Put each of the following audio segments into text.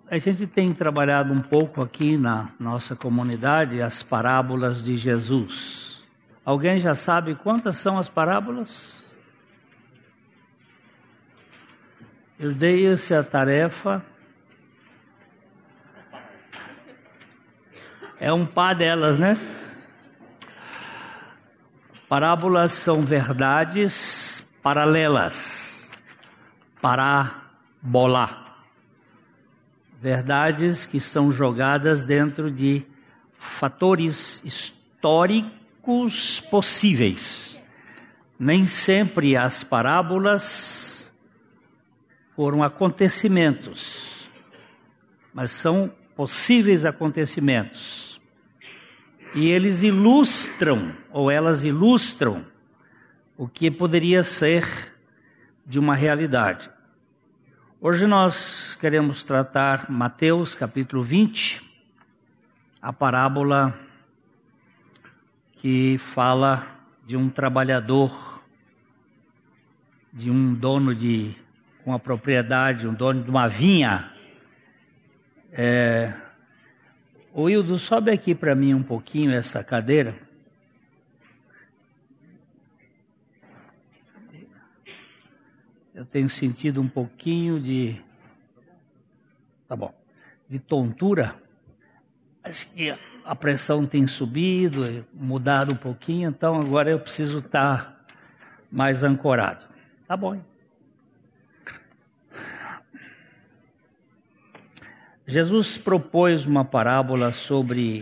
A gente tem trabalhado um pouco aqui na nossa comunidade as parábolas de Jesus. Alguém já sabe quantas são as parábolas? Eu dei essa tarefa. É um par delas, né? Parábolas são verdades paralelas, parábola. Verdades que são jogadas dentro de fatores históricos possíveis. Nem sempre as parábolas foram acontecimentos, mas são possíveis acontecimentos. E eles ilustram, ou elas ilustram, o que poderia ser de uma realidade. Hoje nós queremos tratar Mateus capítulo 20, a parábola que fala de um trabalhador, de um dono de uma propriedade, um dono de uma vinha. O Hildo, sobe aqui para mim um pouquinho essa cadeira. Eu tenho sentido um pouquinho de tontura. Acho que a pressão tem subido, mudado um pouquinho, então agora eu preciso estar mais ancorado. Tá bom. Jesus propôs uma parábola sobre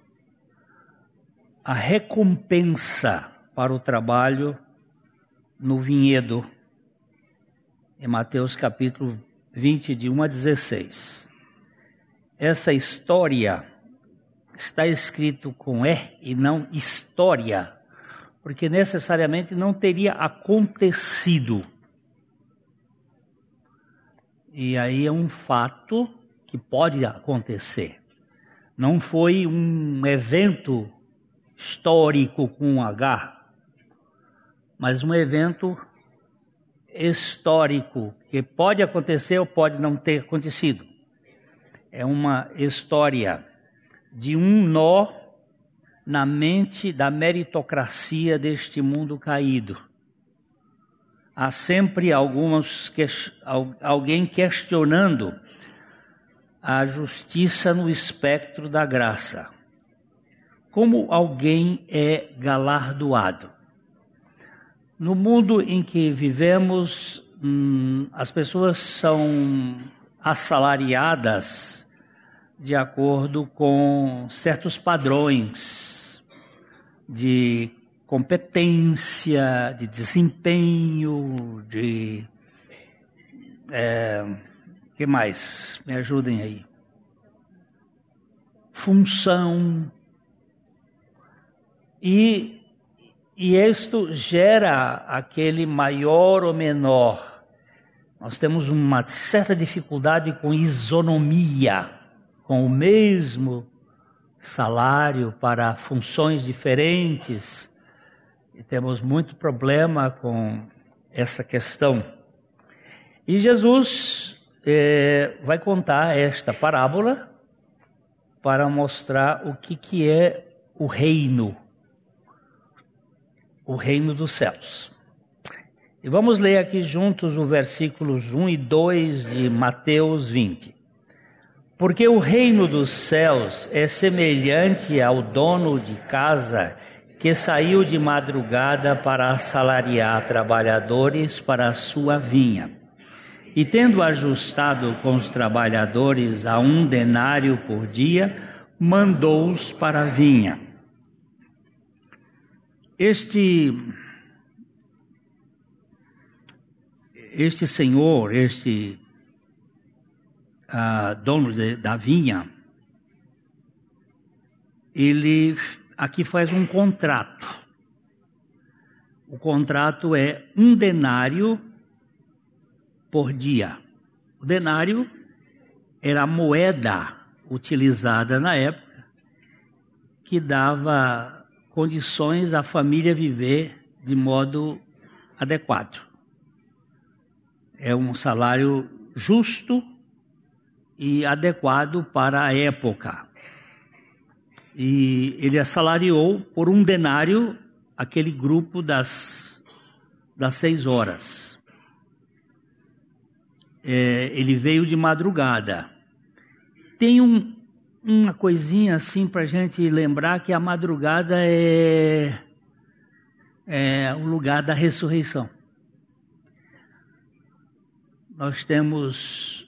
a recompensa para o trabalho no vinhedo, em Mateus capítulo 20, de 1 a 16. Essa história está escrito com E e não história, porque necessariamente não teria acontecido. E aí é um fato que pode acontecer. Não foi um evento histórico com H, mas um evento histórico que pode acontecer ou pode não ter acontecido. É uma história de um nó na mente da meritocracia deste mundo caído. Há sempre alguém questionando a justiça no espectro da graça. Como alguém é galardoado? No mundo em que vivemos, as pessoas são assalariadas de acordo com certos padrões de competência, de desempenho, que mais? Me ajudem aí. Função. E isto gera aquele maior ou menor. Nós temos uma certa dificuldade com isonomia, com o mesmo salário para funções diferentes. E temos muito problema com essa questão. E Jesus vai contar esta parábola para mostrar o que é o reino dos céus. E vamos ler aqui juntos os versículos 1 e 2 de Mateus 20. Porque o reino dos céus é semelhante ao dono de casa que saiu de madrugada para assalariar trabalhadores para a sua vinha. E tendo ajustado com os trabalhadores a 1 denário por dia, mandou-os para a vinha. Este senhor, dono da vinha, ele aqui faz um contrato. O contrato é 1 denário por dia. O denário era a moeda utilizada na época que dava condições à família viver de modo adequado. É um salário justo e adequado para a época. E ele assalariou por 1 denário aquele grupo das 6 horas. Ele veio de madrugada. Tem uma coisinha assim para a gente lembrar que a madrugada é o lugar da ressurreição. Nós temos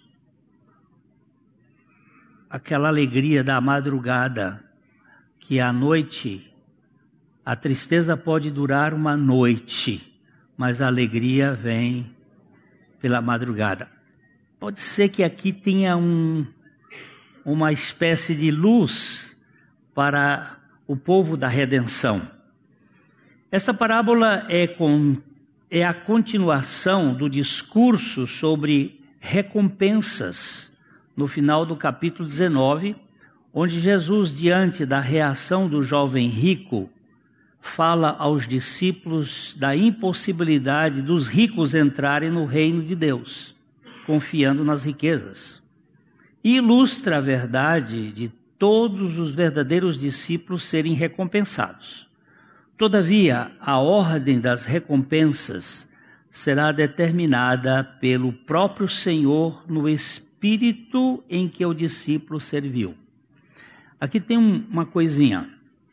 aquela alegria da madrugada, que à noite, a tristeza pode durar uma noite, mas a alegria vem pela madrugada. Pode ser que aqui tenha uma espécie de luz para o povo da redenção. Esta parábola é a continuação do discurso sobre recompensas no final do capítulo 19, onde Jesus, diante da reação do jovem rico, fala aos discípulos da impossibilidade dos ricos entrarem no reino de Deus, confiando nas riquezas. E ilustra a verdade de todos os verdadeiros discípulos serem recompensados. Todavia, a ordem das recompensas será determinada pelo próprio Senhor no espírito em que o discípulo serviu. Aqui tem uma coisinha.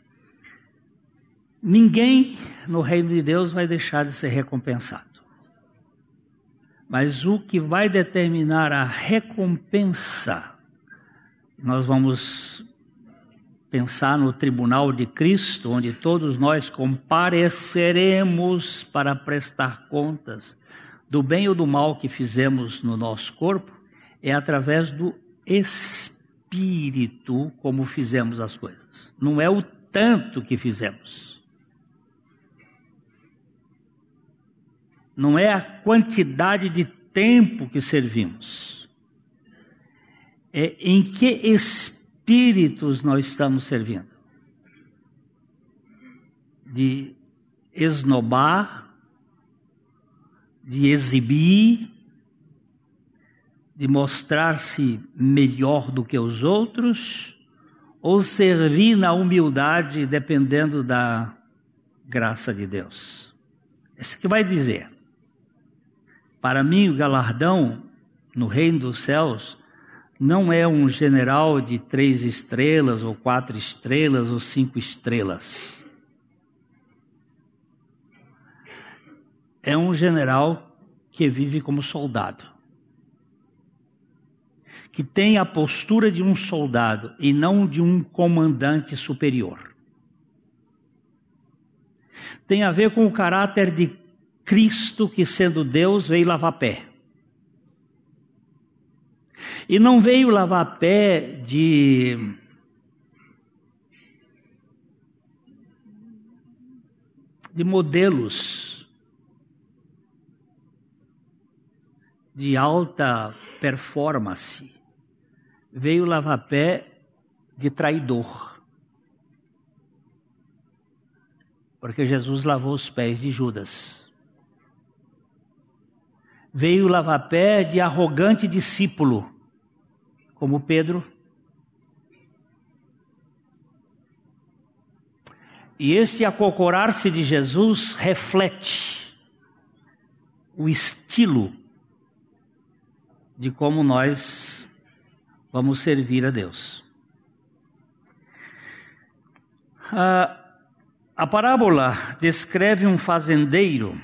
Ninguém no reino de Deus vai deixar de ser recompensado. Mas o que vai determinar a recompensa, nós vamos pensar no tribunal de Cristo, onde todos nós compareceremos para prestar contas do bem ou do mal que fizemos no nosso corpo, é através do Espírito como fizemos as coisas. Não é o tanto que fizemos. Não é a quantidade de tempo que servimos. É em que espíritos nós estamos servindo. De esnobar, de exibir, de mostrar-se melhor do que os outros, ou servir na humildade, dependendo da graça de Deus. Esse que vai dizer. Para mim, o galardão no reino dos céus não é um general de 3 estrelas, ou 4 estrelas, ou 5 estrelas. É um general que vive como soldado. Que tem a postura de um soldado e não de um comandante superior. Tem a ver com o caráter de Cristo, que sendo Deus veio lavar pé. E não veio lavar pé de modelos de alta performance. Veio lavar pé de traidor. Porque Jesus lavou os pés de Judas. Veio lavar pé de arrogante discípulo, como Pedro. E este acocorar-se de Jesus reflete o estilo de como nós vamos servir a Deus. A parábola descreve um fazendeiro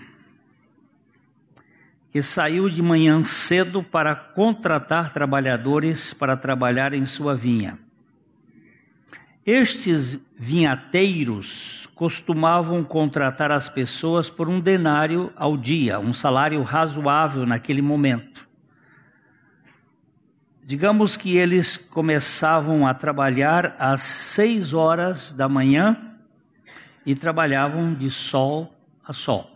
que saiu de manhã cedo para contratar trabalhadores para trabalhar em sua vinha. Estes vinhateiros costumavam contratar as pessoas por 1 denário ao dia, um salário razoável naquele momento. Digamos que eles começavam a trabalhar às 6 horas da manhã e trabalhavam de sol a sol.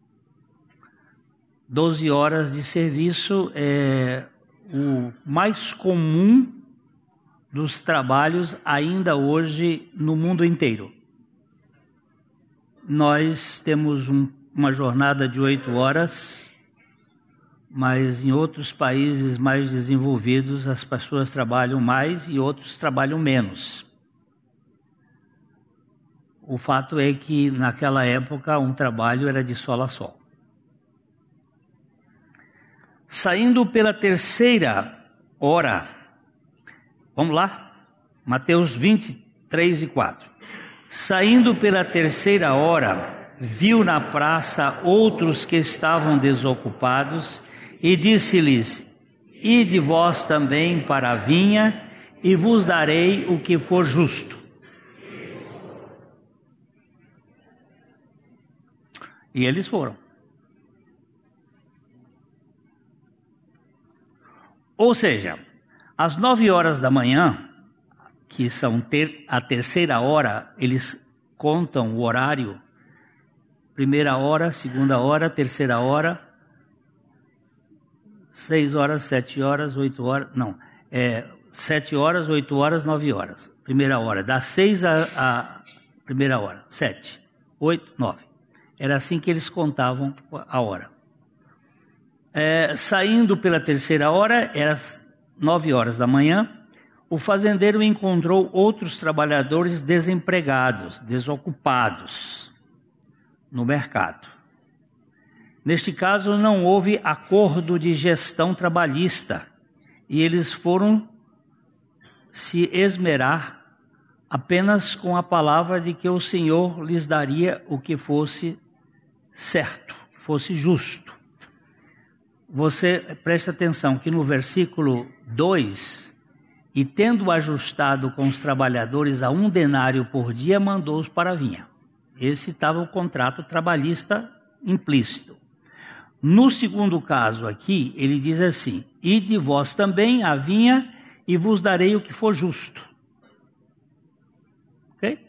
12 horas de serviço é o mais comum dos trabalhos ainda hoje no mundo inteiro. Nós temos uma jornada de 8 horas mas em outros países mais desenvolvidos as pessoas trabalham mais e outros trabalham menos. O fato é que naquela época um trabalho era de sol a sol. Saindo pela terceira hora, vamos lá? Mateus 23 e 4. Saindo pela terceira hora, viu na praça outros que estavam desocupados e disse-lhes: Ide vós também para a vinha e vos darei o que for justo. E eles foram. Ou seja, às 9 horas da manhã, que são a terceira hora, eles contam o horário. Primeira hora, segunda hora, terceira hora, 6 horas, 7 horas, 8 horas, não, 7 horas, 8 horas, 9 horas. Primeira hora, das 6 a primeira hora, 7, 8, 9. Era assim que eles contavam a hora. Saindo pela terceira hora, era 9 horas da manhã, o fazendeiro encontrou outros trabalhadores desempregados, desocupados no mercado. Neste caso, não houve acordo de gestão trabalhista e eles foram se esmerar apenas com a palavra de que o Senhor lhes daria o que fosse certo, fosse justo. Você presta atenção que no versículo 2, e tendo ajustado com os trabalhadores a 1 denário por dia, mandou-os para a vinha. Esse estava o contrato trabalhista implícito. No segundo caso aqui, ele diz assim: Ide vós também à vinha e vos darei o que for justo. Ok?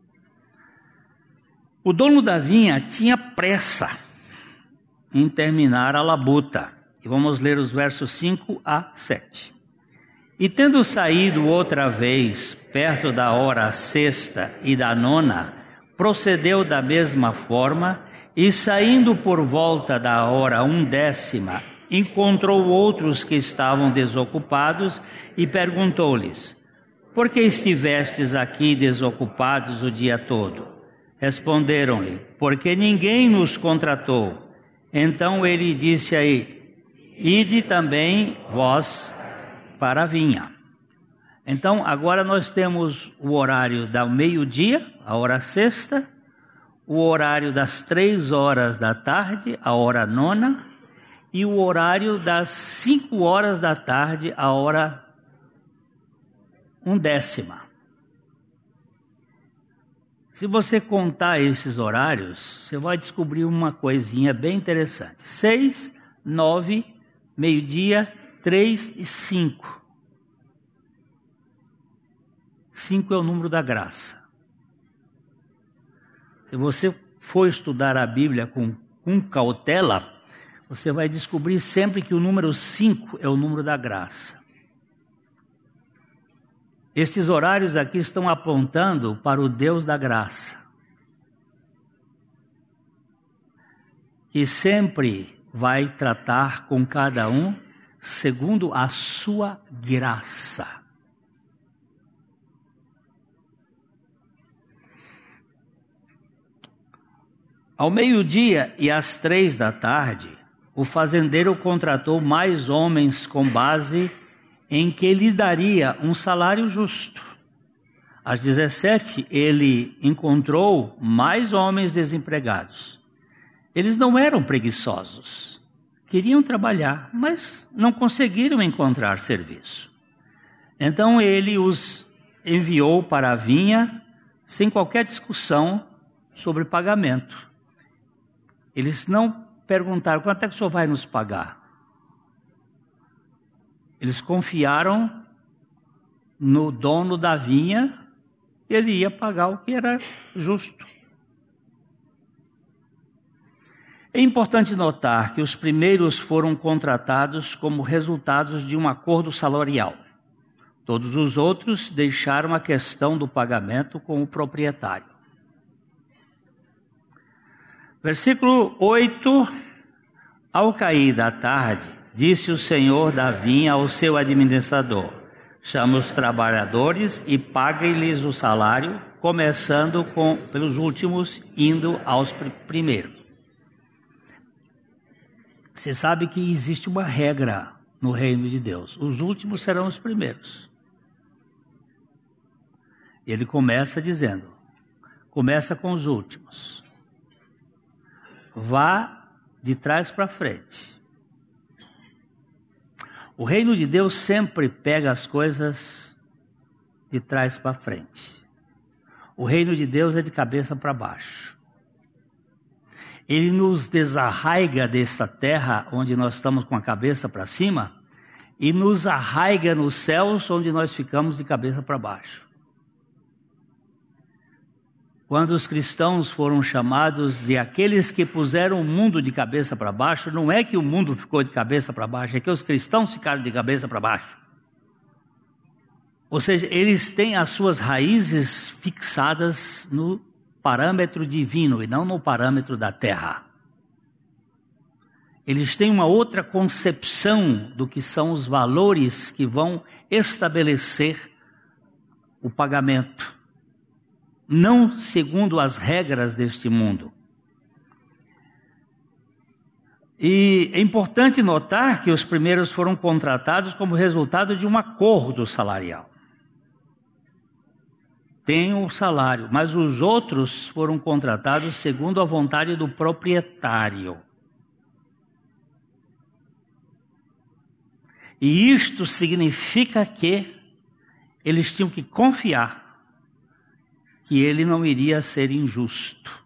O dono da vinha tinha pressa em terminar a labuta. E vamos ler os versos 5 a 7. E tendo saído outra vez, perto da hora sexta e da nona, procedeu da mesma forma, e saindo por volta da hora 1/10, encontrou outros que estavam desocupados e perguntou-lhes: Por que estivestes aqui desocupados o dia todo? Responderam-lhe: Porque ninguém nos contratou. Então ele disse a ele: Ide também vós para a vinha. Então agora nós temos o horário do meio-dia, a hora sexta, o horário das 3 horas da tarde, a hora nona, e o horário das 5 horas da tarde, a hora 1/10. Se você contar esses horários, você vai descobrir uma coisinha bem interessante. 6, 9, meio-dia, 3 e 5. 5 é o número da graça. Se você for estudar a Bíblia com cautela, você vai descobrir sempre que o número 5 é o número da graça. Estes horários aqui estão apontando para o Deus da graça, que sempre vai tratar com cada um segundo a sua graça. Ao meio-dia e às 3 da tarde, o fazendeiro contratou mais homens com base em que lhe daria um salário justo. Às 17, ele encontrou mais homens desempregados. Eles não eram preguiçosos, queriam trabalhar, mas não conseguiram encontrar serviço. Então ele os enviou para a vinha sem qualquer discussão sobre pagamento. Eles não perguntaram: quanto é que o senhor vai nos pagar? Eles confiaram no dono da vinha, ele ia pagar o que era justo. É importante notar que os primeiros foram contratados como resultados de um acordo salarial. Todos os outros deixaram a questão do pagamento com o proprietário. Versículo 8 Ao cair da tarde, disse o senhor da vinha ao seu administrador: chama os trabalhadores e pague-lhes o salário, começando pelos últimos, indo aos primeiros. Você sabe que existe uma regra no reino de Deus: os últimos serão os primeiros. Ele começa dizendo, começa com os últimos. Vá de trás para frente. O reino de Deus sempre pega as coisas de trás para frente. O reino de Deus é de cabeça para baixo. Ele nos desarraiga desta terra, onde nós estamos com a cabeça para cima, e nos arraiga nos céus, onde nós ficamos de cabeça para baixo. Quando os cristãos foram chamados de aqueles que puseram o mundo de cabeça para baixo, não é que o mundo ficou de cabeça para baixo, é que os cristãos ficaram de cabeça para baixo. Ou seja, eles têm as suas raízes fixadas no parâmetro divino e não no parâmetro da terra. Eles têm uma outra concepção do que são os valores que vão estabelecer o pagamento, não segundo as regras deste mundo. E é importante notar que os primeiros foram contratados como resultado de um acordo salarial. Tem o salário, mas os outros foram contratados segundo a vontade do proprietário. E isto significa que eles tinham que confiar que ele não iria ser injusto.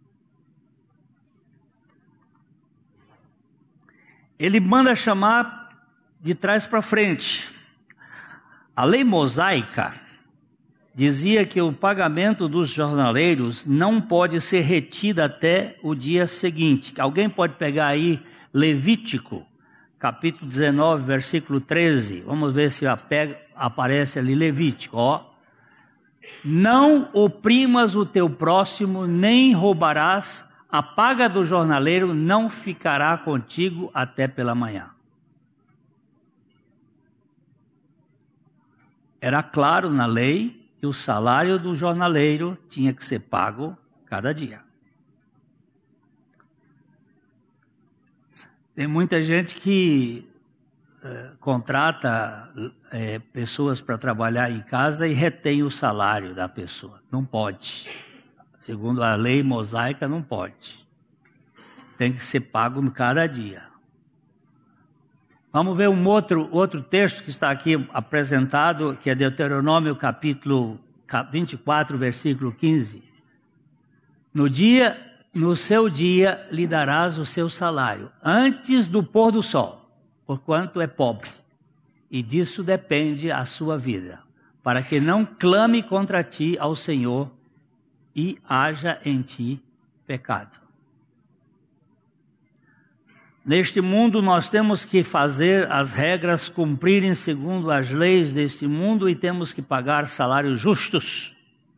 Ele manda chamar de trás para frente. A lei mosaica dizia que o pagamento dos jornaleiros não pode ser retido até o dia seguinte. Alguém pode pegar aí Levítico, capítulo 19, versículo 13. Vamos ver se aparece ali Levítico. Não oprimas o teu próximo, nem roubarás. A paga do jornaleiro não ficará contigo até pela manhã. Era claro na lei que o salário do jornaleiro tinha que ser pago cada dia. Tem muita gente que contrata pessoas para trabalhar em casa e retém o salário da pessoa. Não pode. Segundo a lei mosaica, não pode. Tem que ser pago cada dia. Vamos ver um outro texto que está aqui apresentado, que é Deuteronômio capítulo 24, versículo 15. No seu dia lhe darás o seu salário, antes do pôr do sol, porquanto é pobre, e disso depende a sua vida, para que não clame contra ti ao Senhor e haja em ti pecado. Neste mundo nós temos que fazer as regras cumprirem segundo as leis deste mundo e temos que pagar salários justos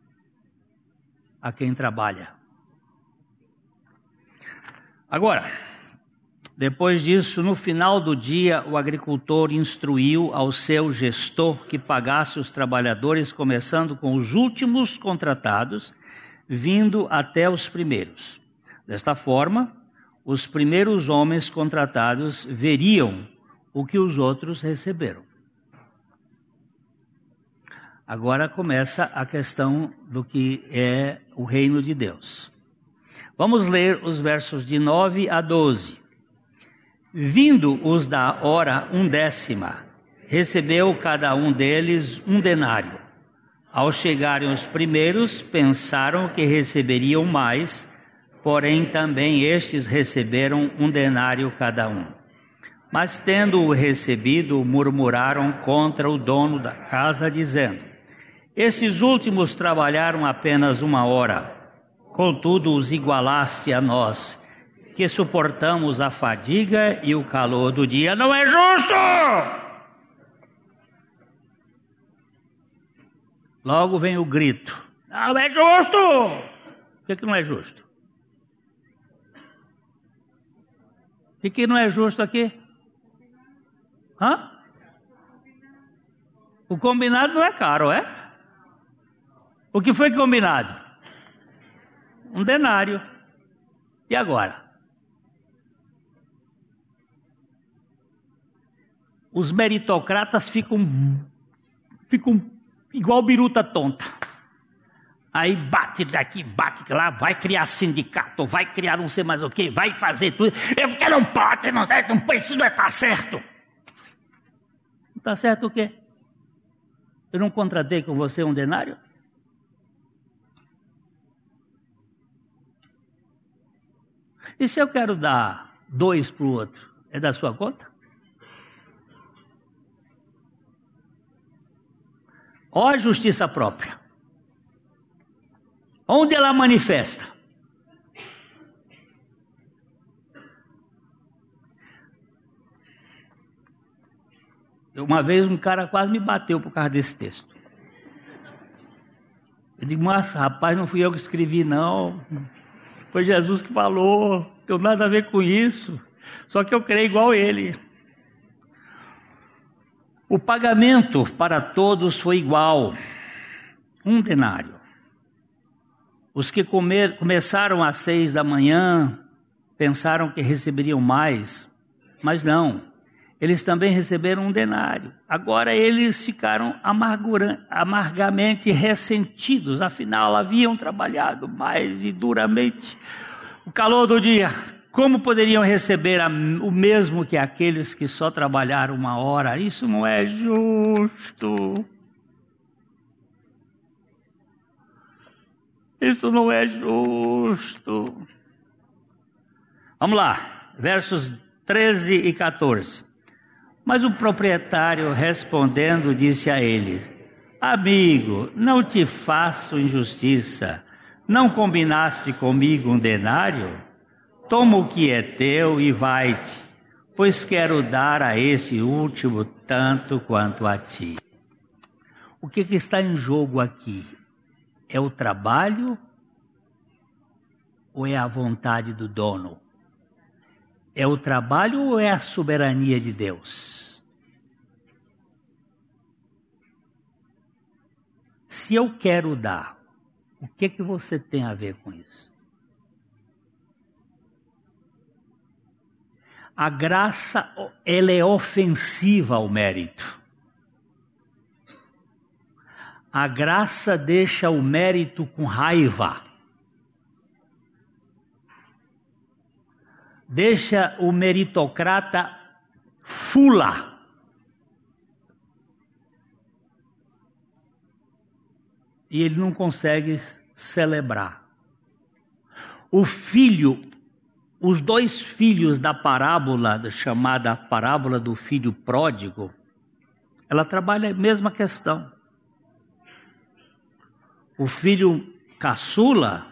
a quem trabalha. Agora, depois disso, no final do dia, o agricultor instruiu ao seu gestor que pagasse os trabalhadores, começando com os últimos contratados, vindo até os primeiros. Desta forma, os primeiros homens contratados veriam o que os outros receberam. Agora começa a questão do que é o reino de Deus. Vamos ler os versos de 9 a 12. Vindo os da hora 1/10, recebeu cada um deles 1 denário. Ao chegarem os primeiros, pensaram que receberiam mais, porém também estes receberam 1 denário cada um. Mas tendo-o recebido, murmuraram contra o dono da casa, dizendo: estes últimos trabalharam apenas 1 hora, contudo os igualaste a nós, que suportamos a fadiga e o calor do dia. Não é justo! Logo vem o grito: não é justo! Por que não é justo? O que não é justo aqui? Hã? O combinado não é caro, é? O que foi combinado? Um denário. E agora? Os meritocratas ficam igual biruta tonta. Aí bate daqui, bate lá, vai criar sindicato, vai criar não sei mais o que, vai fazer tudo. Porque não pode, não põe, isso não está certo. Não está certo o quê? Eu não contratei com você um denário? E se eu quero dar 2 para o outro, é da sua conta? Ó a justiça própria. Onde ela manifesta? Uma vez um cara quase me bateu por causa desse texto. Eu digo, mas rapaz, não fui eu que escrevi não. Foi Jesus que falou, não tem nada a ver com isso. Só que eu creio igual ele. O pagamento para todos foi igual, 1 denário. Os que começaram às 6 da manhã pensaram que receberiam mais, mas não. Eles também receberam 1 denário. Agora eles ficaram amargamente ressentidos, afinal haviam trabalhado mais e duramente o calor do dia. Como poderiam receber o mesmo que aqueles que só trabalharam 1 hora? Isso não é justo. Isso não é justo. Vamos lá, versos 13 e 14. Mas o proprietário respondendo disse a ele: amigo, não te faço injustiça. Não combinaste comigo 1 denário? Toma o que é teu e vai-te, pois quero dar a esse último tanto quanto a ti. O que está em jogo aqui? É o trabalho ou é a vontade do dono? É o trabalho ou é a soberania de Deus? Se eu quero dar, o que você tem a ver com isso? A graça, ela é ofensiva ao mérito. A graça deixa o mérito com raiva. Deixa o meritocrata fula. E ele não consegue celebrar. Os 2 filhos da parábola, chamada parábola do filho pródigo, ela trabalha a mesma questão. O filho caçula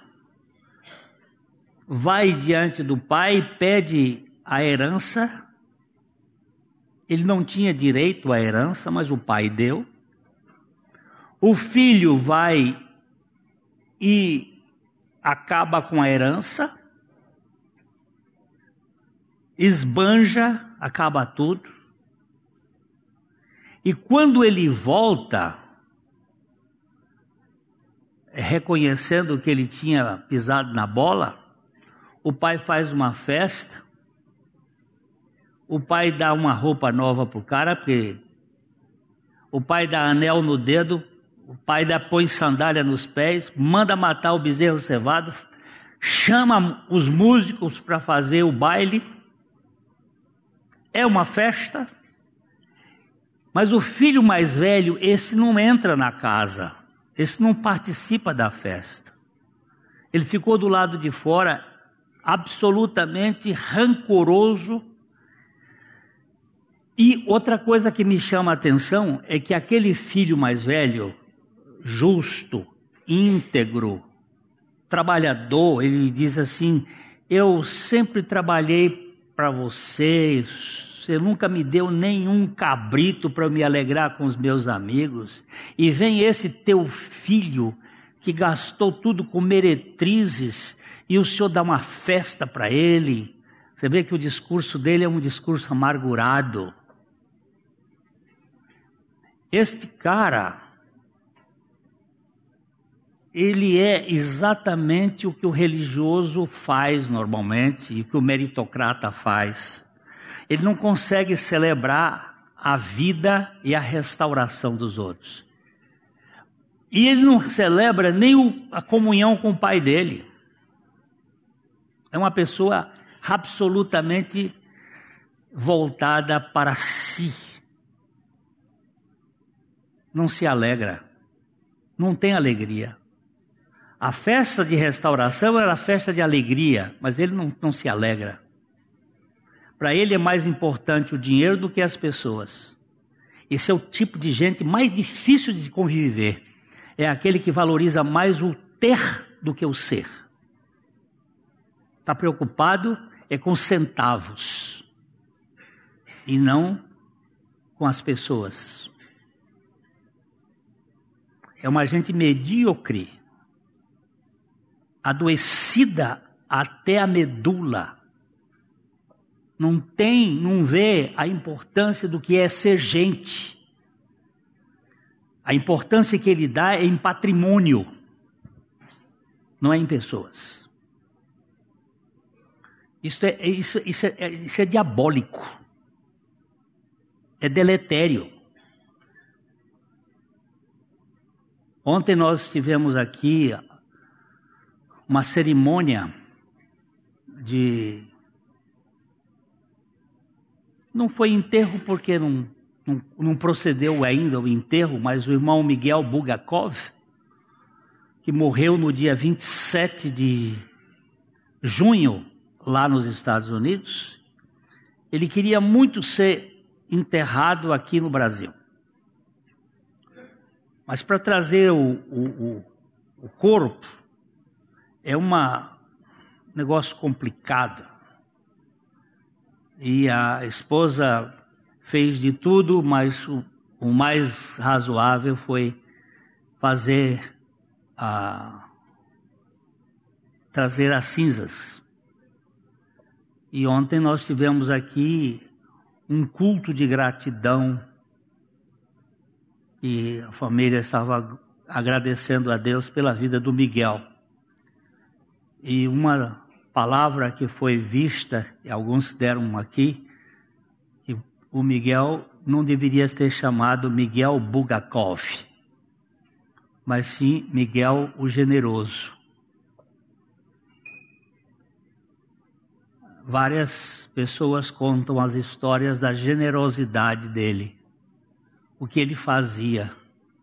vai diante do pai, pede a herança. Ele não tinha direito à herança, mas o pai deu. O filho vai e acaba com a herança, esbanja, acaba tudo. E quando ele volta, reconhecendo que ele tinha pisado na bola, o pai faz uma festa, o pai dá uma roupa nova para o cara, porque o pai dá anel no dedo, o pai põe sandália nos pés, manda matar o bezerro cevado, chama os músicos para fazer o baile. É uma festa, mas o filho mais velho, esse não entra na casa, esse não participa da festa. Ele ficou do lado de fora, absolutamente rancoroso. E outra coisa que me chama a atenção é que aquele filho mais velho, justo, íntegro, trabalhador, ele diz assim: eu sempre trabalhei para você, você nunca me deu nenhum cabrito para me alegrar com os meus amigos, e vem esse teu filho que gastou tudo com meretrizes, e o senhor dá uma festa para ele. Você vê que o discurso dele é um discurso amargurado. Este cara, ele é exatamente o que o religioso faz normalmente e o que o meritocrata faz. Ele não consegue celebrar a vida e a restauração dos outros. E ele não celebra nem a comunhão com o pai dele. É uma pessoa absolutamente voltada para si. Não se alegra, não tem alegria. A festa de restauração era a festa de alegria, mas ele não se alegra. Para ele é mais importante o dinheiro do que as pessoas. Esse é o tipo de gente mais difícil de conviver. É aquele que valoriza mais o ter do que o ser. Está preocupado com centavos e não com as pessoas. É uma gente medíocre, adoecida até a medula. Não vê a importância do que é ser gente. A importância que ele dá é em patrimônio, não é em pessoas. Isso é diabólico, é deletério. Ontem nós tivemos aqui uma cerimônia não foi enterro porque não procedeu ainda o enterro, mas o irmão Miguel Bulgakov, que morreu no dia 27 de junho, lá nos Estados Unidos, ele queria muito ser enterrado aqui no Brasil. Mas para trazer o corpo, é um negócio complicado. E a esposa fez de tudo, mas o mais razoável foi trazer as cinzas. E ontem nós tivemos aqui um culto de gratidão. E a família estava agradecendo a Deus pela vida do Miguel. E uma palavra que foi vista, e alguns deram aqui, que o Miguel não deveria ter chamado Miguel Bulgakov, mas sim Miguel o Generoso. Várias pessoas contam as histórias da generosidade dele, o que ele fazia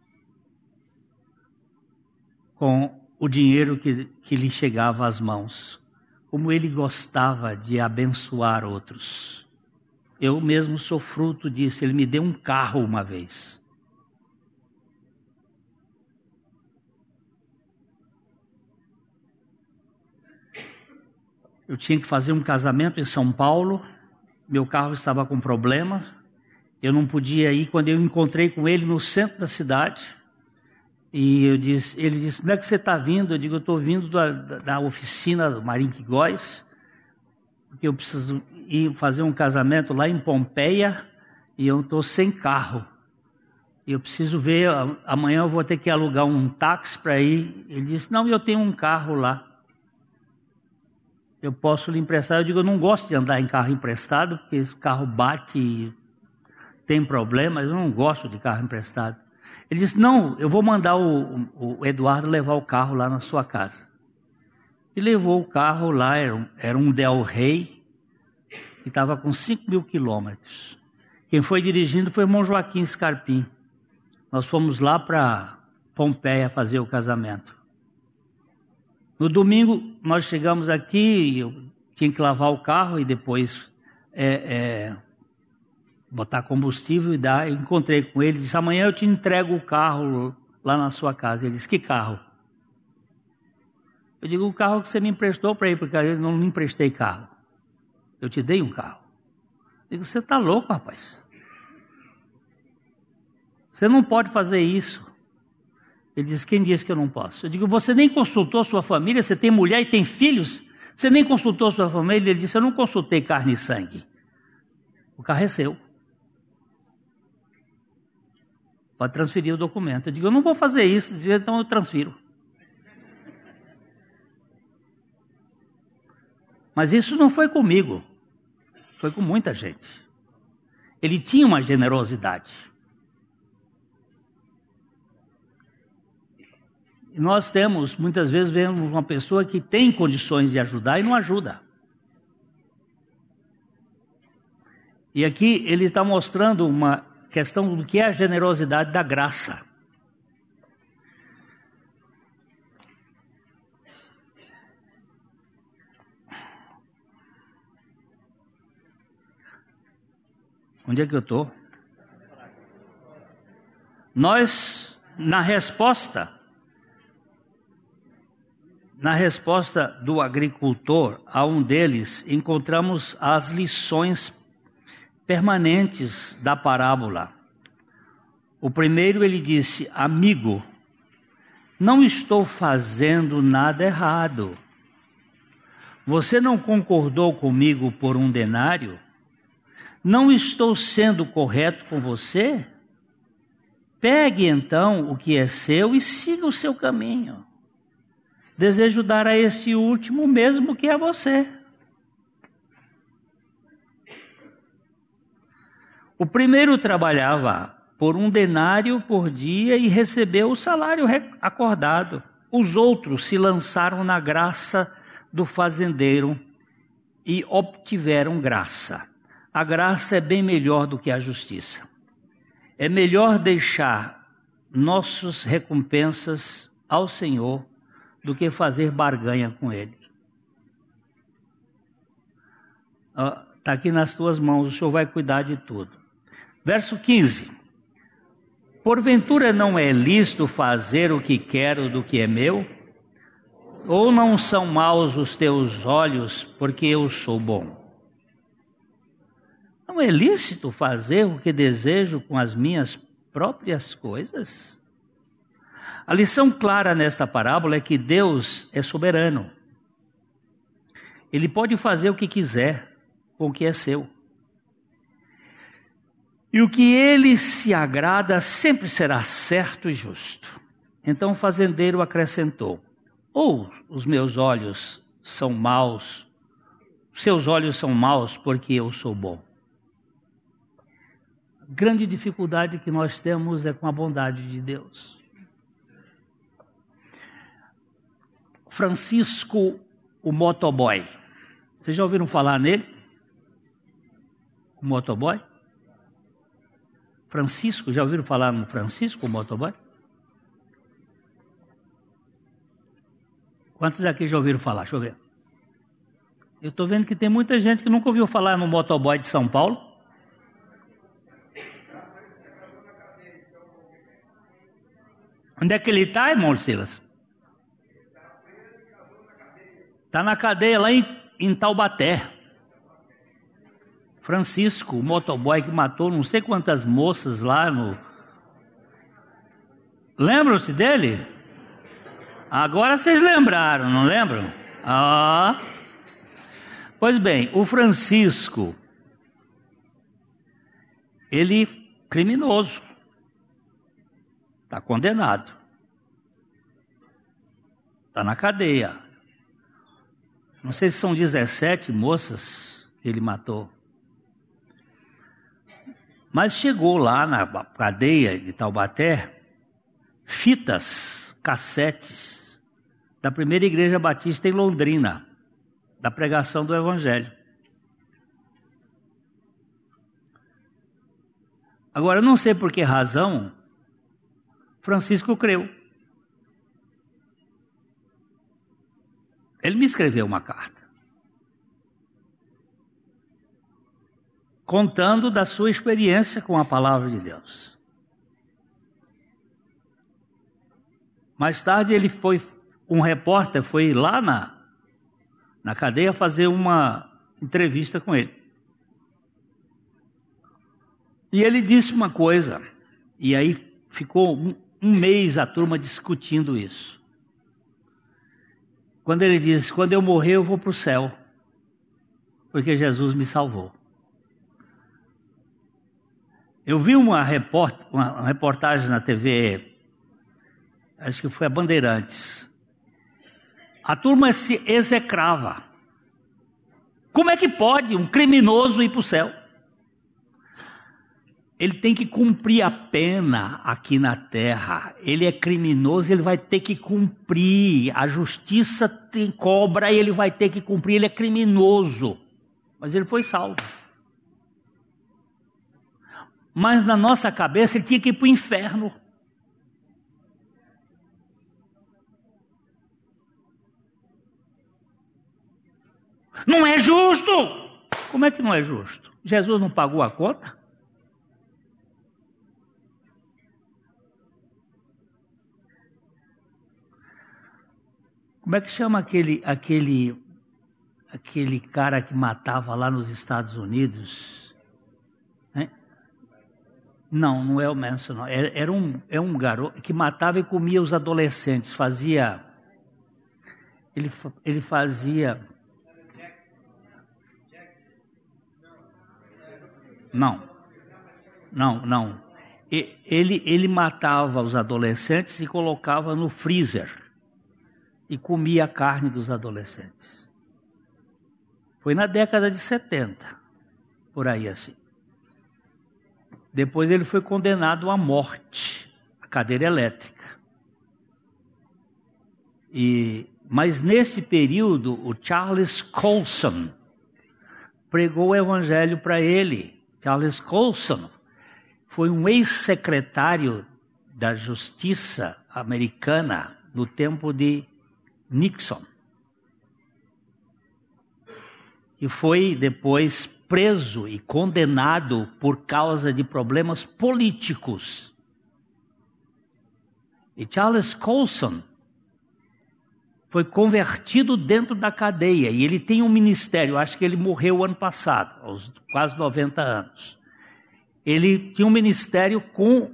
com o dinheiro que lhe chegava às mãos, como ele gostava de abençoar outros. Eu mesmo sou fruto disso. Ele me deu um carro uma vez. Eu tinha que fazer um casamento em São Paulo, meu carro estava com problema, eu não podia ir. Quando eu encontrei com ele no centro da cidade, e ele disse, onde é que você está vindo? Eu digo, eu estou vindo da oficina do Marink Góes, porque eu preciso ir fazer um casamento lá em Pompeia, e eu estou sem carro. E eu preciso ver, amanhã eu vou ter que alugar um táxi para ir. Ele disse, não, eu tenho um carro lá. Eu posso lhe emprestar. Eu digo, eu não gosto de andar em carro emprestado, porque esse carro bate e tem problemas, eu não gosto de carro emprestado. Ele disse, não, eu vou mandar o Eduardo levar o carro lá na sua casa. E levou o carro lá, era um Del Rey, que estava com 5.000 quilômetros. Quem foi dirigindo foi o irmão Joaquim Scarpim. Nós fomos lá para Pompeia fazer o casamento. No domingo, nós chegamos aqui, eu tinha que lavar o carro e depois botar combustível e dar. Eu encontrei com ele, disse, amanhã eu te entrego o carro lá na sua casa. Ele disse, que carro? Eu digo, o carro que você me emprestou para ir, porque eu não me emprestei carro. Eu te dei um carro. Eu digo, você está louco, rapaz? Você não pode fazer isso. Ele disse, quem disse que eu não posso? Eu digo, você nem consultou a sua família, você tem mulher e tem filhos? Você nem consultou sua família? Ele disse, eu não consultei carne e sangue. O carro é seu. Pode transferir o documento. Eu digo, eu não vou fazer isso, então eu transfiro. Mas isso não foi comigo, foi com muita gente. Ele tinha uma generosidade. E nós temos, muitas vezes, vemos uma pessoa que tem condições de ajudar e não ajuda. E aqui ele está mostrando uma questão do que é a generosidade da graça. Onde é que eu estou? Nós, na resposta do agricultor a um deles, encontramos as lições permanentes da parábola. O primeiro ele disse, amigo, não estou fazendo nada errado. Você não concordou comigo por 1 denário? Não estou sendo correto com você? Pegue então o que é seu e siga o seu caminho. Desejo dar a este último mesmo que a você. O primeiro trabalhava por 1 denário por dia e recebeu o salário acordado. Os outros se lançaram na graça do fazendeiro e obtiveram graça. A graça é bem melhor do que a justiça. É melhor deixar nossas recompensas ao Senhor do que fazer barganha com Ele. Está aqui nas tuas mãos, o Senhor vai cuidar de tudo. Verso 15. Porventura não é lícito fazer o que quero do que é meu? Ou não são maus os teus olhos, porque eu sou bom? Não é lícito fazer o que desejo com as minhas próprias coisas? A lição clara nesta parábola é que Deus é soberano. Ele pode fazer o que quiser com o que é seu. E o que ele se agrada sempre será certo e justo. Então o fazendeiro acrescentou, ou os meus olhos são maus, seus olhos são maus porque eu sou bom. A grande dificuldade que nós temos é com a bondade de Deus. Francisco, o motoboy. Vocês já ouviram falar nele? O motoboy? Francisco, já ouviram falar no Francisco, o motoboy? Quantos aqui já ouviram falar? Deixa eu ver. Eu estou vendo que tem muita gente que nunca ouviu falar no motoboy de São Paulo. Onde é que ele está, irmão Silas? Está na cadeia lá em Taubaté. Francisco, o motoboy que matou não sei quantas moças lá no... Lembram-se dele? Agora vocês lembraram, não lembram? Ah. Pois bem, o Francisco, ele criminoso, está condenado, está na cadeia. Não sei se são 17 moças que ele matou. Mas chegou lá na cadeia de Taubaté, fitas, cassetes, da primeira igreja batista em Londrina, da pregação do Evangelho. Agora, eu não sei por que razão, Francisco creu. Ele me escreveu uma carta, contando da sua experiência com a palavra de Deus. Mais tarde um repórter foi lá na cadeia fazer uma entrevista com ele. E ele disse uma coisa, e aí ficou um mês a turma discutindo isso. quando ele diz, quando eu morrer eu vou para o céu, porque Jesus me salvou. Eu vi uma reportagem na TV, acho que foi a Bandeirantes. A turma se execrava. Como é que pode um criminoso ir para o céu? Ele tem que cumprir a pena aqui na terra. Ele é criminoso, ele vai ter que cumprir. A justiça tem cobra e ele vai ter que cumprir. Ele é criminoso, mas ele foi salvo. Mas na nossa cabeça ele tinha que ir para o inferno. Não é justo! Como é que não é justo? Jesus não pagou a conta? Como é que chama aquele cara que matava lá nos Estados Unidos? Não é o Manson, não. É um garoto que matava e comia os adolescentes. Ele fazia... Não. Ele matava os adolescentes e colocava no freezer e comia a carne dos adolescentes. Foi na década de 70, por aí assim. Depois ele foi condenado à morte, à cadeira elétrica. Mas nesse período, o Charles Colson pregou o evangelho para ele. Charles Colson foi um ex-secretário da Justiça americana no tempo de Nixon. E foi depois preso e condenado por causa de problemas políticos. E Charles Colson foi convertido dentro da cadeia, e ele tem um ministério, acho que ele morreu ano passado, aos quase 90 anos. Ele tinha um ministério com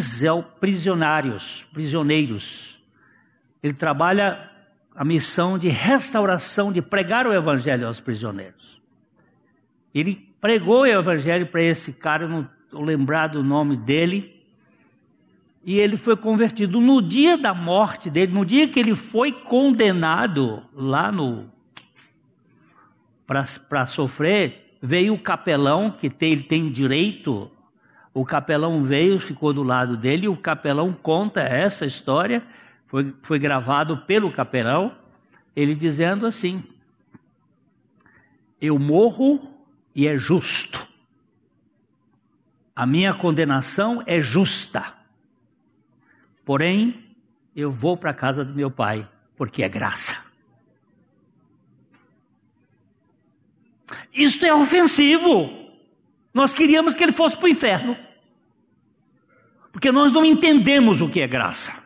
prisioneiros. Ele trabalha a missão de restauração, de pregar o evangelho aos prisioneiros. Ele pregou o evangelho para esse cara, eu não estou lembrado do nome dele, e ele foi convertido. No dia da morte dele, no dia que ele foi condenado lá para sofrer, veio o capelão, que ele tem direito, o capelão veio, ficou do lado dele, e o capelão conta essa história, foi gravado pelo capelão, ele dizendo assim: eu morro e é justo, a minha condenação é justa, porém eu vou para a casa do meu pai, porque é graça. Isso é ofensivo. Nós queríamos que ele fosse para o inferno, porque nós não entendemos o que é graça.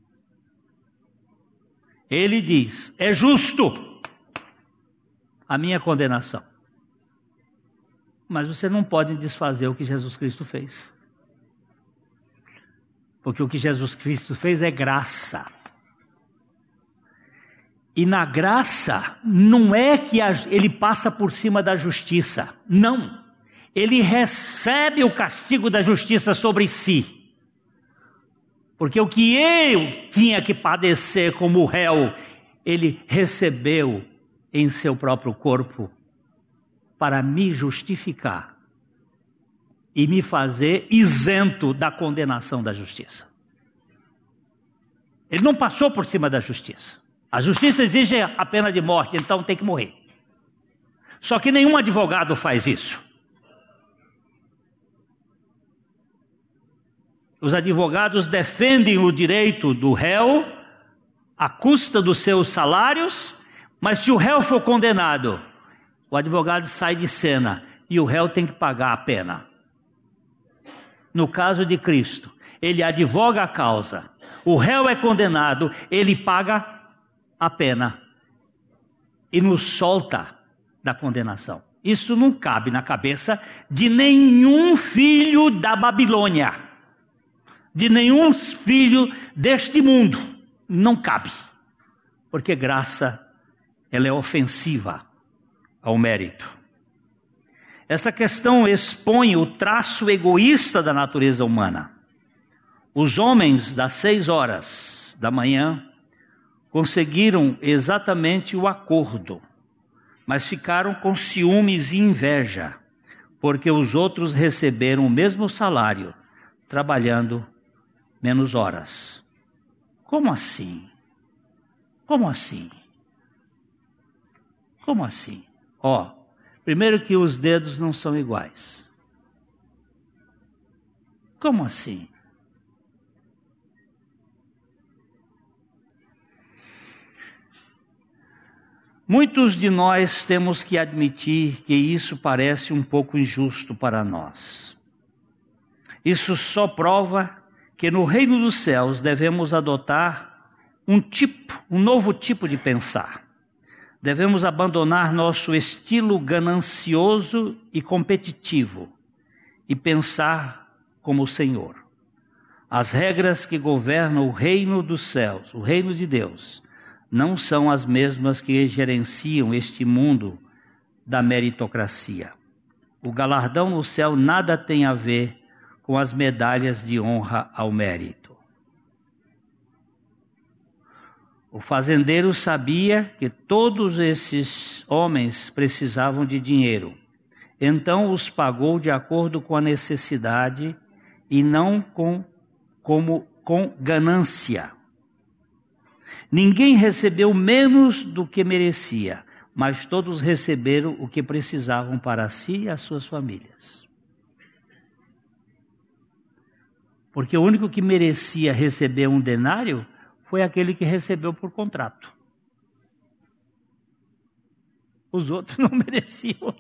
Ele diz: é justo a minha condenação, mas você não pode desfazer o que Jesus Cristo fez, porque o que Jesus Cristo fez é graça. E na graça não é que ele passa por cima da justiça, não. Ele recebe o castigo da justiça sobre si. Porque o que eu tinha que padecer como réu, ele recebeu em seu próprio corpo para me justificar e me fazer isento da condenação da justiça. Ele não passou por cima da justiça. A justiça exige a pena de morte, então tem que morrer. Só que nenhum advogado faz isso. Os advogados defendem o direito do réu à custa dos seus salários, mas se o réu for condenado, o advogado sai de cena e o réu tem que pagar a pena. No caso de Cristo, ele advoga a causa, o réu é condenado, ele paga a pena e nos solta da condenação. Isso não cabe na cabeça de nenhum filho da Babilônia, de nenhum filho deste mundo. Não cabe, porque graça ela é ofensiva ao mérito. Essa questão expõe o traço egoísta da natureza humana. Os homens das 6 horas da manhã conseguiram exatamente o acordo, mas ficaram com ciúmes e inveja, porque os outros receberam o mesmo salário, trabalhando menos horas. Como assim? Como assim? Como assim? Primeiro que os dedos não são iguais. Como assim? Muitos de nós temos que admitir que isso parece um pouco injusto para nós. Isso só prova que no reino dos céus devemos adotar um novo tipo de pensar. Devemos abandonar nosso estilo ganancioso e competitivo e pensar como o Senhor. As regras que governam o reino dos céus, o reino de Deus, não são as mesmas que gerenciam este mundo da meritocracia. O galardão no céu nada tem a ver com as medalhas de honra ao mérito. O fazendeiro sabia que todos esses homens precisavam de dinheiro, então os pagou de acordo com a necessidade e não com ganância. Ninguém recebeu menos do que merecia, mas todos receberam o que precisavam para si e as suas famílias. Porque o único que merecia receber um denário foi aquele que recebeu por contrato. Os outros não mereciam.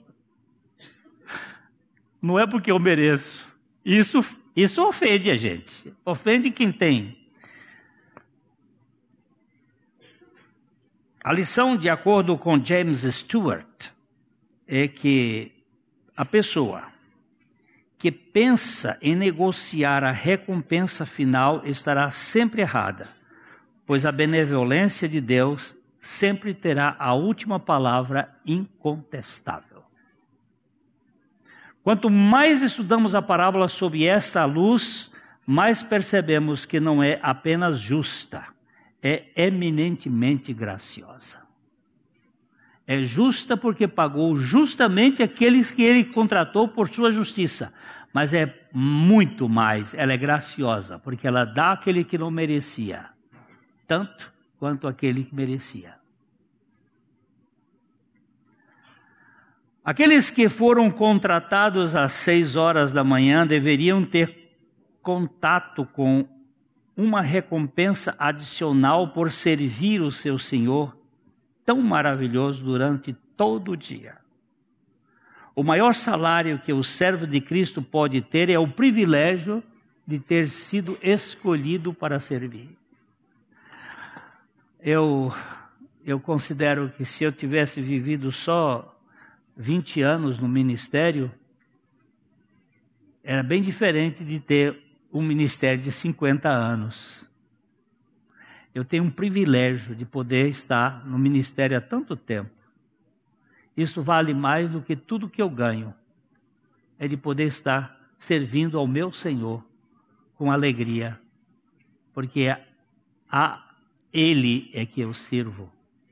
Não é porque eu mereço. Isso ofende a gente. Ofende quem tem. A lição, de acordo com James Stewart, é que a pessoa que pensa em negociar a recompensa final estará sempre errada, pois a benevolência de Deus sempre terá a última palavra incontestável. Quanto mais estudamos a parábola sob esta luz, mais percebemos que não é apenas justa, é eminentemente graciosa. É justa porque pagou justamente aqueles que ele contratou por sua justiça, mas é muito mais, ela é graciosa, porque ela dá àquele que não merecia, tanto quanto aquele que merecia. Aqueles que foram contratados às 6 horas da manhã deveriam ter contato com uma recompensa adicional por servir o seu Senhor tão maravilhoso durante todo o dia. O maior salário que o servo de Cristo pode ter é o privilégio de ter sido escolhido para servir. Eu considero que se eu tivesse vivido só 20 anos no ministério, era bem diferente de ter um ministério de 50 anos. Eu tenho um privilégio de poder estar no ministério há tanto tempo. Isso vale mais do que tudo que eu ganho. É de poder estar servindo ao meu Senhor com alegria, porque a Ele é que eu sirvo.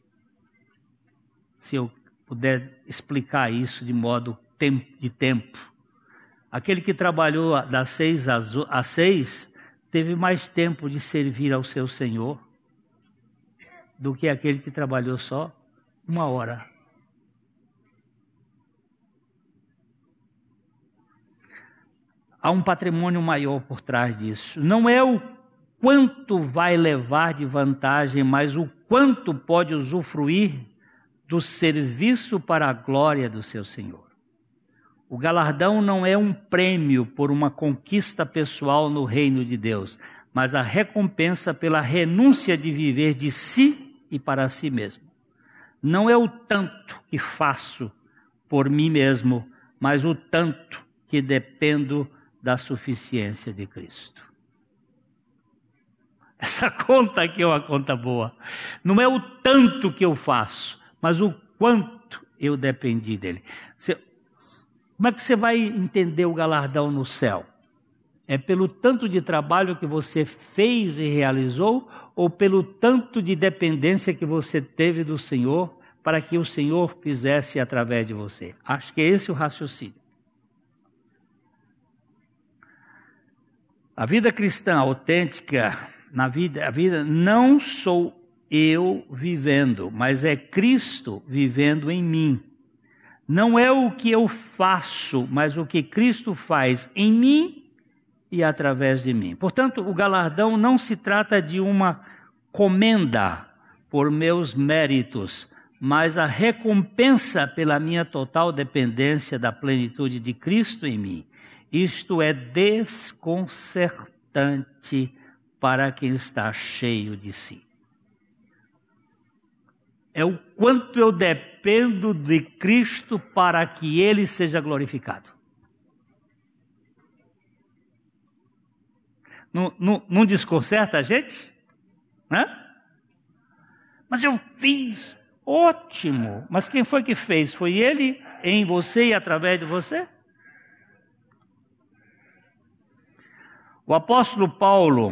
Se eu puder explicar isso de modo de tempo. Aquele que trabalhou das 6 às 6 teve mais tempo de servir ao seu Senhor do que aquele que trabalhou só 1 hora. Há um patrimônio maior por trás disso. Não é o quanto vai levar de vantagem, mas o quanto pode usufruir do serviço para a glória do seu Senhor. O galardão não é um prêmio por uma conquista pessoal no reino de Deus, mas a recompensa pela renúncia de viver de si e para si mesmo. Não é o tanto que faço por mim mesmo, mas o tanto que dependo da suficiência de Cristo. Essa conta aqui é uma conta boa. Não é o tanto que eu faço, mas o quanto eu dependi dele. Como é que você vai entender o galardão no céu? É pelo tanto de trabalho que você fez e realizou, ou pelo tanto de dependência que você teve do Senhor, para que o Senhor fizesse através de você? Acho que é esse o raciocínio. A vida cristã autêntica, a vida não sou eu vivendo, mas é Cristo vivendo em mim. Não é o que eu faço, mas o que Cristo faz em mim e através de mim. Portanto, o galardão não se trata de uma comenda por meus méritos, mas a recompensa pela minha total dependência da plenitude de Cristo em mim. Isto é desconcertante para quem está cheio de si. É o quanto eu dependo de Cristo para que Ele seja glorificado. Não desconcerta a gente? Hã? Mas eu fiz, ótimo. Mas quem foi que fez? Foi Ele em você e através de você? O apóstolo Paulo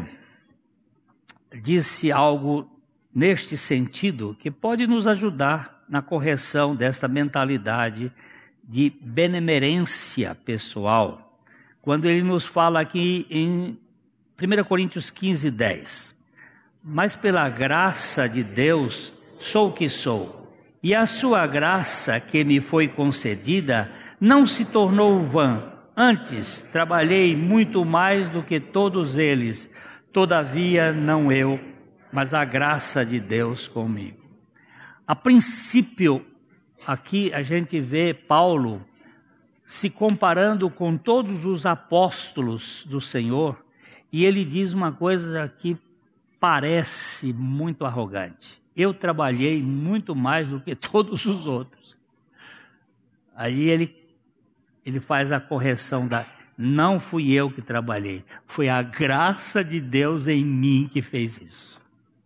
disse algo neste sentido que pode nos ajudar na correção desta mentalidade de benemerência pessoal, quando ele nos fala aqui em 1 Coríntios 15, 10. Mas pela graça de Deus sou o que sou, e a sua graça que me foi concedida não se tornou vã. Antes, trabalhei muito mais do que todos eles, todavia não eu, mas a graça de Deus comigo. A princípio, aqui a gente vê Paulo se comparando com todos os apóstolos do Senhor, e ele diz uma coisa que parece muito arrogante. Eu trabalhei muito mais do que todos os outros. Aí ele faz a correção não fui eu que trabalhei, foi a graça de Deus em mim que fez isso.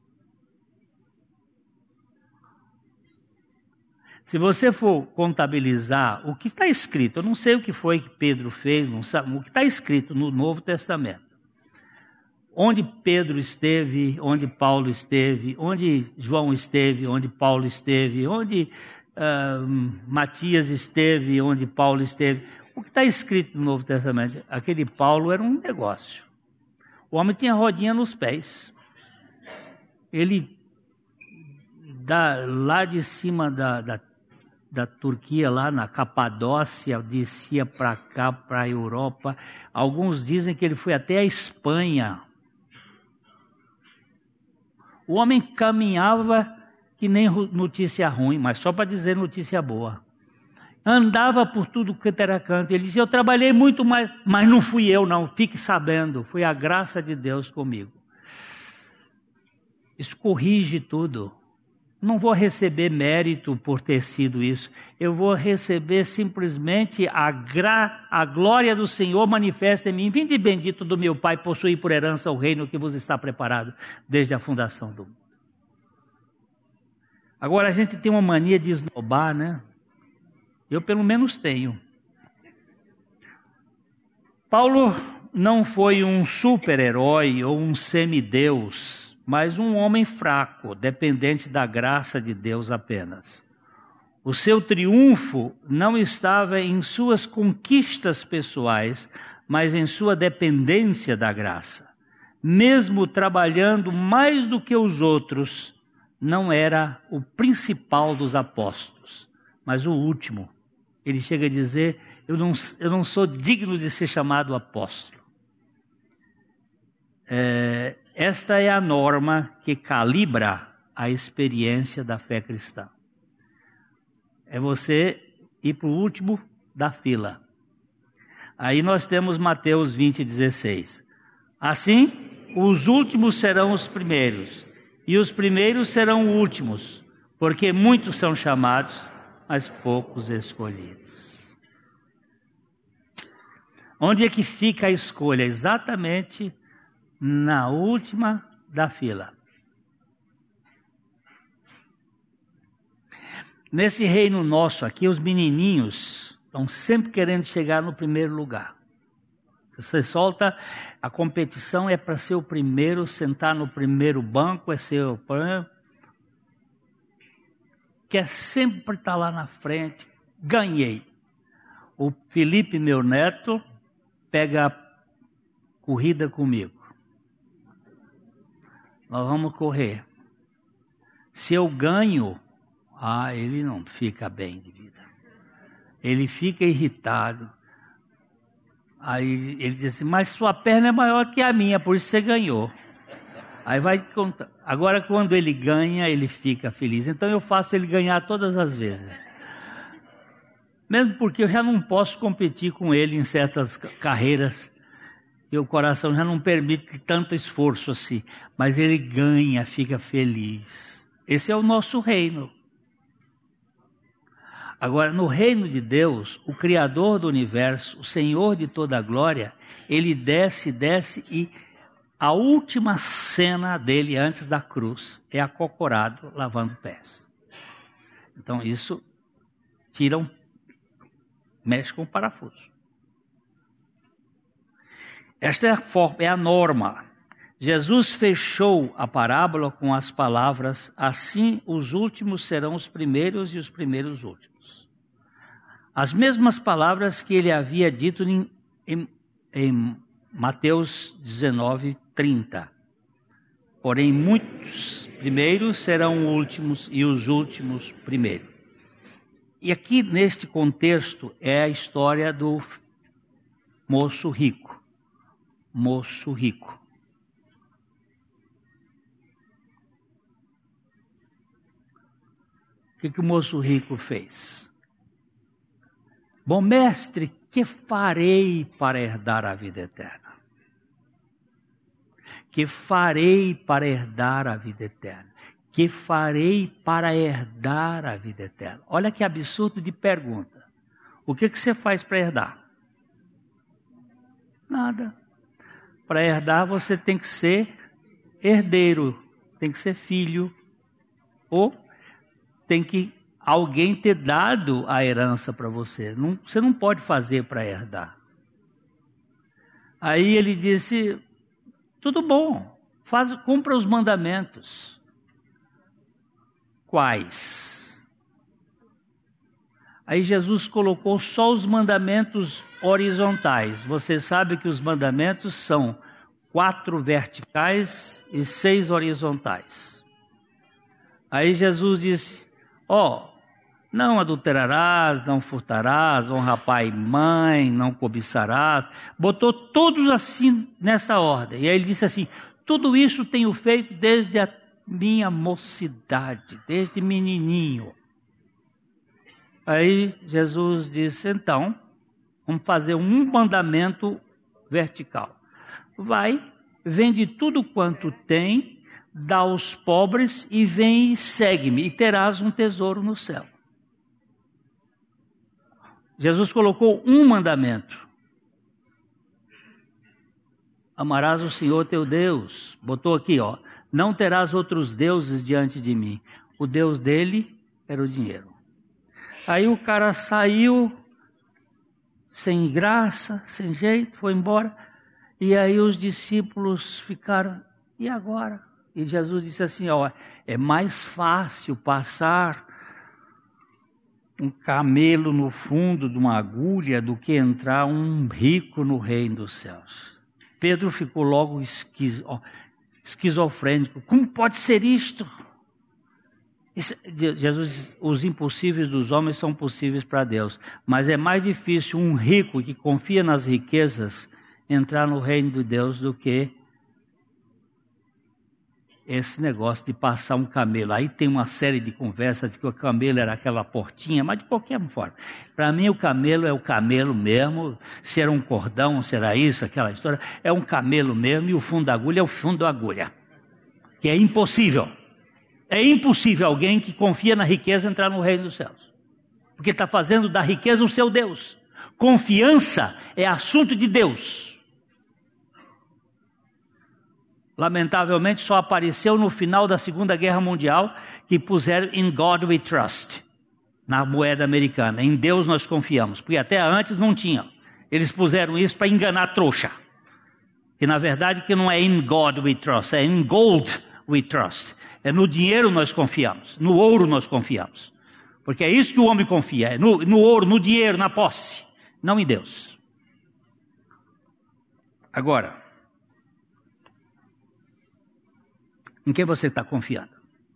Se você for contabilizar o que está escrito, eu não sei o que foi que Pedro fez, não sabe, o que está escrito no Novo Testamento. Onde Pedro esteve, onde Paulo esteve, onde João esteve, onde Paulo esteve, onde Matias esteve, onde Paulo esteve. O que está escrito no Novo Testamento? Aquele Paulo era um negócio. O homem tinha rodinha nos pés. Ele, lá de cima da Turquia, lá na Capadócia, descia para cá, para a Europa. Alguns dizem que ele foi até a Espanha. O homem caminhava que nem notícia ruim, mas só para dizer notícia boa. Andava por tudo que era canto. Ele dizia, eu trabalhei muito mais, mas não fui eu não, fique sabendo, foi a graça de Deus comigo. Isso corrige tudo. Não vou receber mérito por ter sido isso. Eu vou receber simplesmente a glória do Senhor manifesta em mim. Vinde bendito do meu Pai, possuí por herança o reino que vos está preparado desde a fundação do mundo. Agora a gente tem uma mania de esnobar, né? Eu pelo menos tenho. Paulo não foi um super-herói ou um semideus, mas um homem fraco, dependente da graça de Deus apenas. O seu triunfo não estava em suas conquistas pessoais, mas em sua dependência da graça. Mesmo trabalhando mais do que os outros, não era o principal dos apóstolos, mas o último. Ele chega a dizer, eu não sou digno de ser chamado apóstolo. Esta é a norma que calibra a experiência da fé cristã. É você ir para o último da fila. Aí nós temos Mateus 20:16. Assim, os últimos serão os primeiros, e os primeiros serão os últimos, porque muitos são chamados, mas poucos escolhidos. Onde é que fica a escolha? Exatamente na última da fila. Nesse reino nosso aqui, os menininhos estão sempre querendo chegar no primeiro lugar. Se você solta, a competição é para ser o primeiro, sentar no primeiro banco, é ser o... Quer sempre estar lá na frente. Ganhei. O Felipe, meu neto, pega a corrida comigo. Nós vamos correr. Se eu ganho, ele não fica bem de vida. Ele fica irritado. Aí ele diz assim, mas sua perna é maior que a minha, por isso você ganhou. Aí vai contar. Agora quando ele ganha, ele fica feliz. Então eu faço ele ganhar todas as vezes. Mesmo porque eu já não posso competir com ele em certas carreiras. E o coração já não permite tanto esforço assim. Mas ele ganha, fica feliz. Esse é o nosso reino. Agora, no reino de Deus, o Criador do universo, o Senhor de toda a glória, ele desce e a última cena dele antes da cruz é acocorado lavando pés. Então isso mexe com o parafuso. Esta é a norma. Jesus fechou a parábola com as palavras, assim os últimos serão os primeiros e os primeiros últimos. As mesmas palavras que ele havia dito em Mateus 19:30. Porém, muitos primeiros serão últimos e os últimos primeiros. E aqui neste contexto é a história do moço rico. Moço rico. O que o moço rico fez? Bom mestre, que farei para herdar a vida eterna? Que farei para herdar a vida eterna? Que farei para herdar a vida eterna? Olha que absurdo de pergunta. O que você faz para herdar? Nada. Para herdar você tem que ser herdeiro, tem que ser filho, ou tem que alguém ter dado a herança para você. Você não pode fazer para herdar. Aí ele disse, tudo bom, cumpra os mandamentos. Quais? Aí Jesus colocou só os mandamentos horizontais. Você sabe que os mandamentos são 4 verticais e 6 horizontais. Aí Jesus disse, não adulterarás, não furtarás, honra pai e mãe, não cobiçarás. Botou todos assim nessa ordem. E aí ele disse assim, tudo isso tenho feito desde a minha mocidade, desde menininho. Aí Jesus disse, então, vamos fazer um mandamento vertical. Vai, vende tudo quanto tem, dá aos pobres e vem e segue-me, e terás um tesouro no céu. Jesus colocou um mandamento. Amarás o Senhor teu Deus. Botou aqui, não terás outros deuses diante de mim. O Deus dele era o dinheiro. Aí o cara saiu, sem graça, sem jeito, foi embora. E aí os discípulos ficaram, e agora? E Jesus disse assim, é mais fácil passar um camelo no fundo de uma agulha do que entrar um rico no reino dos céus. Pedro ficou logo esquizofrênico. Como pode ser isto? Jesus diz, os impossíveis dos homens são possíveis para Deus. Mas é mais difícil um rico que confia nas riquezas entrar no reino de Deus do que esse negócio de passar um camelo. Aí tem uma série de conversas que o camelo era aquela portinha, mas de qualquer forma. Para mim o camelo é o camelo mesmo, se era um cordão, se era isso, aquela história, é um camelo mesmo e o fundo da agulha é o fundo da agulha. Que é impossível. É impossível alguém que confia na riqueza entrar no reino dos céus. Porque está fazendo da riqueza o seu Deus. Confiança é assunto de Deus. Lamentavelmente só apareceu no final da Segunda Guerra Mundial que puseram In God We Trust. na moeda americana. Em Deus nós confiamos, porque até antes não tinha. Eles puseram isso para enganar trouxa. E na verdade que não é in God we trust, é in gold we trust. É no dinheiro nós confiamos, no ouro nós confiamos. Porque é isso que o homem confia, é no ouro, no dinheiro, na posse, não em Deus. Agora, em quem você está confiando?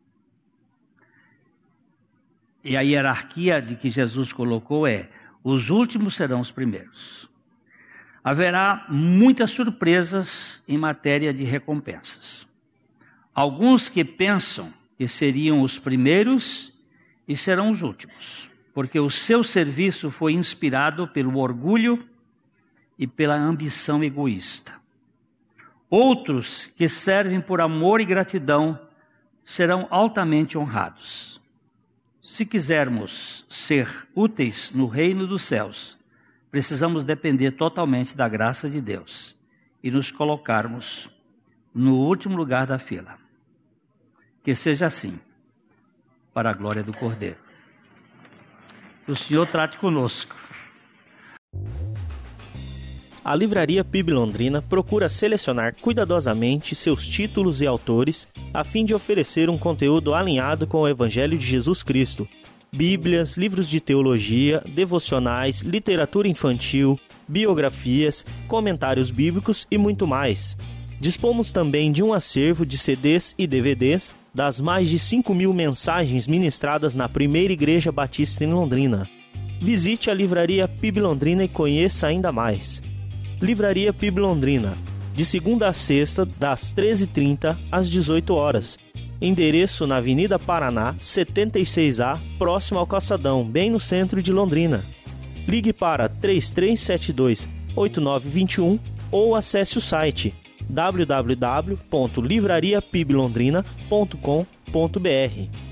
E a hierarquia de que Jesus colocou é: os últimos serão os primeiros. Haverá muitas surpresas em matéria de recompensas. Alguns que pensam que seriam os primeiros e serão os últimos, porque o seu serviço foi inspirado pelo orgulho e pela ambição egoísta. Outros que servem por amor e gratidão serão altamente honrados. Se quisermos ser úteis no reino dos céus, precisamos depender totalmente da graça de Deus e nos colocarmos no último lugar da fila. Que seja assim, para a glória do Cordeiro. O Senhor trate conosco. A Livraria PIB Londrina procura selecionar cuidadosamente seus títulos e autores a fim de oferecer um conteúdo alinhado com o Evangelho de Jesus Cristo. Bíblias, livros de teologia, devocionais, literatura infantil, biografias, comentários bíblicos e muito mais. Dispomos também de um acervo de CDs e DVDs das mais de 5.000 mensagens ministradas na Primeira Igreja Batista em Londrina. Visite a Livraria PIB Londrina e conheça ainda mais. Livraria PIB Londrina, de segunda a sexta, das 13h30 às 18 horas. Endereço na Avenida Paraná, 76A, próximo ao Calçadão, bem no centro de Londrina. Ligue para 3372-8921 ou acesse o site www.livrariapiblondrina.com.br.